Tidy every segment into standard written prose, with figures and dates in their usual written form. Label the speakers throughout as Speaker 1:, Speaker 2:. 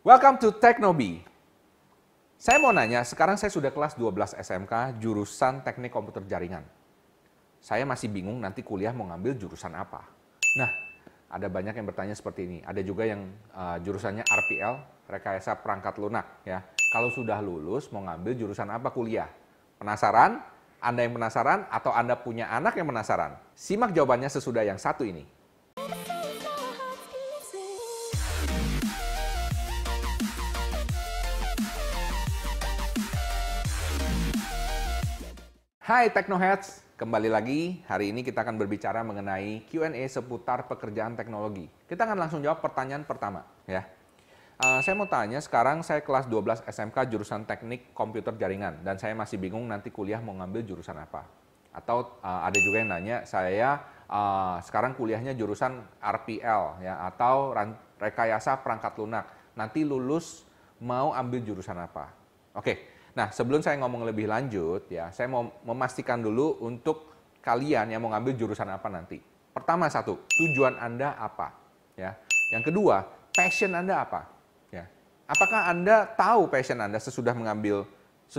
Speaker 1: Welcome to Teknobi. Saya mau nanya, sekarang saya sudah kelas 12 SMK jurusan Teknik Komputer Jaringan. Saya masih bingung nanti kuliah mau ngambil jurusan apa. Nah, ada banyak yang bertanya seperti ini. Ada juga yang jurusannya RPL, Rekayasa Perangkat Lunak. Ya. Kalau sudah lulus, mau ngambil jurusan apa kuliah? Penasaran? Anda yang penasaran atau Anda punya anak yang penasaran? Simak jawabannya sesudah yang satu ini. Hai Teknoheads, kembali lagi. Hari ini kita akan berbicara mengenai Q&A seputar pekerjaan teknologi. Kita akan langsung jawab pertanyaan pertama. Ya. Saya mau tanya, sekarang saya kelas 12 SMK jurusan Teknik Komputer Jaringan. Dan saya masih bingung nanti kuliah mau ngambil jurusan apa. Atau ada juga yang nanya, saya sekarang kuliahnya jurusan RPL ya, atau Rekayasa Perangkat Lunak. Nanti lulus mau ambil jurusan apa? Oke. Nah, sebelum saya ngomong lebih lanjut, ya, saya mau memastikan dulu untuk kalian yang mau ngambil jurusan apa nanti. Pertama, satu, tujuan Anda apa? Ya. Yang kedua, passion Anda apa? Ya. Apakah Anda tahu passion Anda sesudah mengambil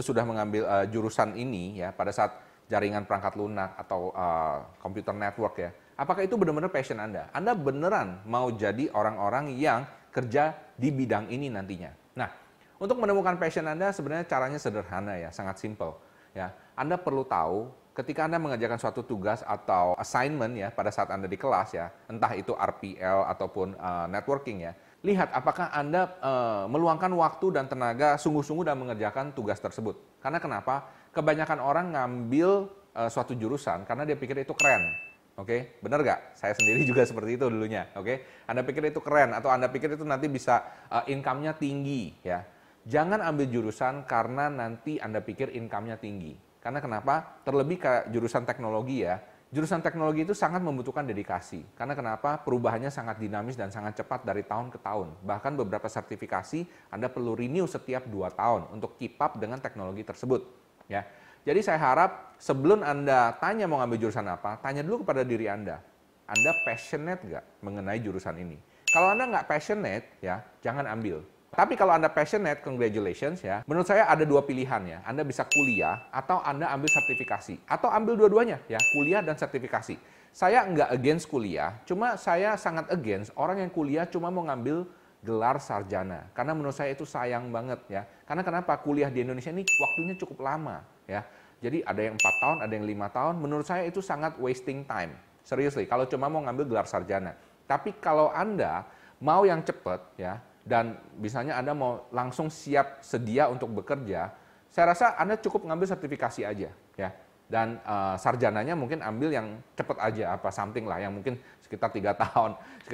Speaker 1: jurusan ini, ya, pada saat jaringan perangkat lunak atau computer network, ya? Apakah itu benar-benar passion Anda? Anda beneran mau jadi orang-orang yang kerja di bidang ini nantinya? Nah, untuk menemukan passion Anda sebenarnya caranya sederhana ya, sangat simple. Ya, Anda perlu tahu ketika Anda mengerjakan suatu tugas atau assignment ya pada saat Anda di kelas ya, entah itu RPL ataupun networking ya, lihat apakah Anda meluangkan waktu dan tenaga sungguh-sungguh dalam mengerjakan tugas tersebut. Karena kenapa? Kebanyakan orang ngambil suatu jurusan karena dia pikir itu keren. Oke, benar nggak? Saya sendiri juga seperti itu dulunya. Oke, Anda pikir itu keren atau Anda pikir itu nanti bisa income-nya tinggi ya. Jangan ambil jurusan karena nanti Anda pikir income-nya tinggi. Karena kenapa? Terlebih ke jurusan teknologi ya. Jurusan teknologi itu sangat membutuhkan dedikasi. Karena kenapa? Perubahannya sangat dinamis dan sangat cepat dari tahun ke tahun. Bahkan beberapa sertifikasi Anda perlu renew setiap 2 tahun untuk keep up dengan teknologi tersebut. Ya. Jadi saya harap sebelum Anda tanya mau ngambil jurusan apa, tanya dulu kepada diri Anda. Anda passionate nggak mengenai jurusan ini? Kalau Anda nggak passionate, ya jangan ambil. Tapi kalau Anda passionate, congratulations ya. Menurut saya ada dua pilihan ya. Anda bisa kuliah atau Anda ambil sertifikasi. Atau ambil dua-duanya ya, kuliah dan sertifikasi. Saya nggak against kuliah, cuma saya sangat against orang yang kuliah cuma mau ngambil gelar sarjana. Karena menurut saya itu sayang banget ya. Karena kenapa? Kuliah di Indonesia ini waktunya cukup lama ya. Jadi ada yang 4 tahun, ada yang 5 tahun. Menurut saya itu sangat wasting time. Seriously, kalau cuma mau ngambil gelar sarjana. Tapi kalau Anda mau yang cepat ya, dan misalnya Anda mau langsung siap sedia untuk bekerja, saya rasa Anda cukup ngambil sertifikasi aja ya. Dan sarjananya mungkin ambil yang cepat aja, apa something lah yang mungkin sekitar 3 tahun,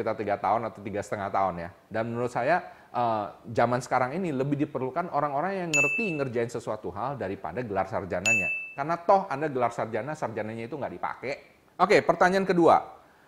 Speaker 1: atau 3,5 tahun ya. Dan menurut saya zaman sekarang ini lebih diperlukan orang-orang yang ngerti ngerjain sesuatu hal daripada gelar sarjananya. Karena toh Anda gelar sarjananya itu nggak dipakai. Oke, pertanyaan kedua.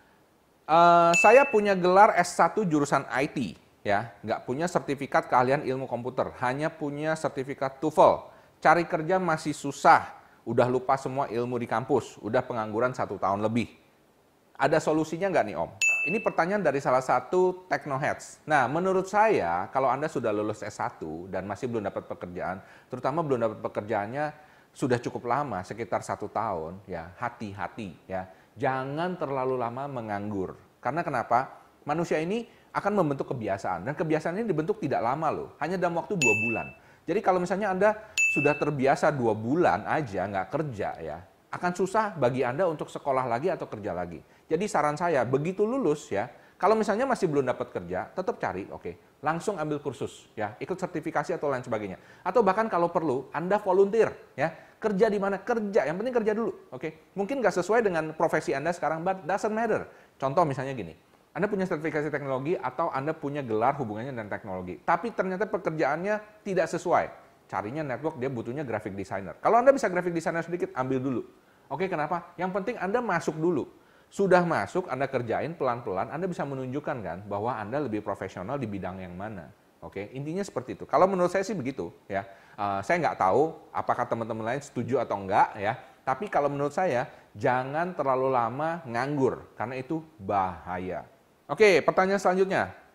Speaker 1: Saya punya gelar S1 jurusan IT. Ya, nggak punya sertifikat keahlian ilmu komputer, hanya punya sertifikat TOEFL. Cari kerja masih susah, udah lupa semua ilmu di kampus, udah pengangguran 1 tahun lebih. Ada solusinya nggak nih Om? Ini pertanyaan dari salah satu Teknoheads. Nah, menurut saya, kalau Anda sudah lulus S1 dan masih belum dapat pekerjaan, terutama belum dapat pekerjaannya sudah cukup lama, sekitar 1 tahun, ya hati-hati ya. Jangan terlalu lama menganggur. Karena kenapa? Manusia ini akan membentuk kebiasaan. Dan kebiasaan ini dibentuk tidak lama loh. Hanya dalam waktu 2 bulan. Jadi kalau misalnya Anda sudah terbiasa 2 bulan aja nggak kerja ya, akan susah bagi Anda untuk sekolah lagi atau kerja lagi. Jadi saran saya, begitu lulus ya, kalau misalnya masih belum dapat kerja, tetap cari, oke, langsung ambil kursus ya, ikut sertifikasi atau lain sebagainya. Atau bahkan kalau perlu, Anda volunteer ya, kerja di mana? Kerja, yang penting kerja dulu, oke. Mungkin nggak sesuai dengan profesi Anda sekarang, but doesn't matter. Contoh misalnya gini, Anda punya sertifikasi teknologi atau Anda punya gelar hubungannya dengan teknologi. Tapi ternyata pekerjaannya tidak sesuai. Carinya network, dia butuhnya graphic designer. Kalau Anda bisa graphic designer sedikit, ambil dulu. Oke, kenapa? Yang penting Anda masuk dulu. Sudah masuk, Anda kerjain pelan-pelan, Anda bisa menunjukkan kan bahwa Anda lebih profesional di bidang yang mana. Oke, intinya seperti itu. Kalau menurut saya sih begitu ya. Saya nggak tahu apakah teman-teman lain setuju atau enggak ya. Tapi kalau menurut saya, jangan terlalu lama nganggur. Karena itu bahaya. Oke, pertanyaan selanjutnya.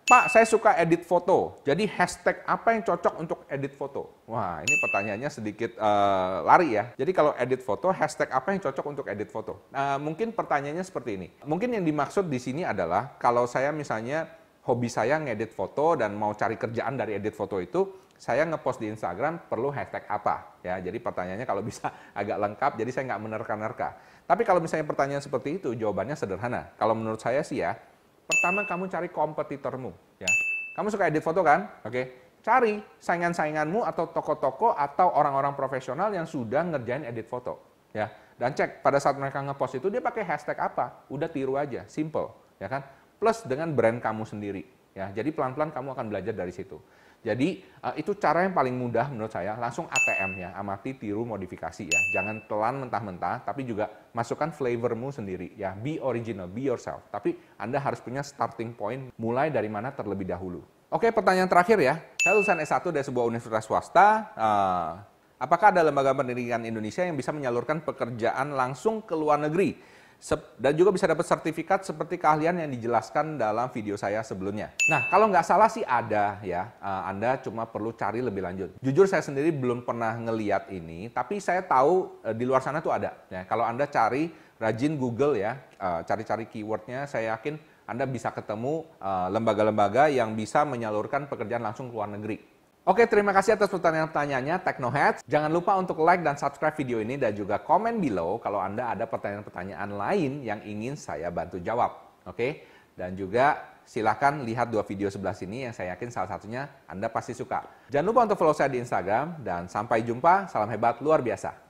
Speaker 1: Pak, saya suka edit foto. Jadi hashtag apa yang cocok untuk edit foto? Wah, ini pertanyaannya sedikit lari ya. Jadi kalau edit foto, hashtag apa yang cocok untuk edit foto? Mungkin pertanyaannya seperti ini. Mungkin yang dimaksud di sini adalah kalau saya misalnya hobi saya ngedit foto dan mau cari kerjaan dari edit foto itu, saya ngepost di Instagram perlu hashtag apa? Ya, jadi pertanyaannya kalau bisa agak lengkap, jadi saya nggak menerka-nerka. Tapi kalau misalnya pertanyaan seperti itu, jawabannya sederhana. Kalau menurut saya sih ya, pertama kamu cari kompetitormu. Ya, kamu suka edit foto kan? Oke, cari saingan-sainganmu atau toko-toko atau orang-orang profesional yang sudah ngerjain edit foto. Ya, dan cek pada saat mereka ngepost itu dia pakai hashtag apa? Udah tiru aja, simple, ya kan? Plus dengan brand kamu sendiri. Ya, jadi pelan-pelan kamu akan belajar dari situ. Jadi itu cara yang paling mudah menurut saya, langsung ATM ya, amati, tiru, modifikasi ya. Jangan telan mentah-mentah, tapi juga masukkan flavormu sendiri ya. Be original, be yourself. Tapi Anda harus punya starting point, mulai dari mana terlebih dahulu. Oke, pertanyaan terakhir ya. Saya lulusan S1 dari sebuah universitas swasta. Apakah ada lembaga pendidikan Indonesia yang bisa menyalurkan pekerjaan langsung ke luar negeri? Dan juga bisa dapat sertifikat seperti keahlian yang dijelaskan dalam video saya sebelumnya. Nah, kalau nggak salah sih ada ya, Anda cuma perlu cari lebih lanjut. Jujur saya sendiri belum pernah ngeliat ini, tapi saya tahu di luar sana tuh ada. Ya, kalau Anda cari, rajin Google ya, cari-cari keywordnya, saya yakin Anda bisa ketemu lembaga-lembaga yang bisa menyalurkan pekerjaan langsung ke luar negeri. Oke, terima kasih atas pertanyaan-pertanyaannya, Technoheads. Jangan lupa untuk like dan subscribe video ini dan juga komen below kalau Anda ada pertanyaan-pertanyaan lain yang ingin saya bantu jawab. Oke, dan juga silakan lihat 2 video sebelah sini yang saya yakin salah satunya Anda pasti suka. Jangan lupa untuk follow saya di Instagram dan sampai jumpa, salam hebat luar biasa.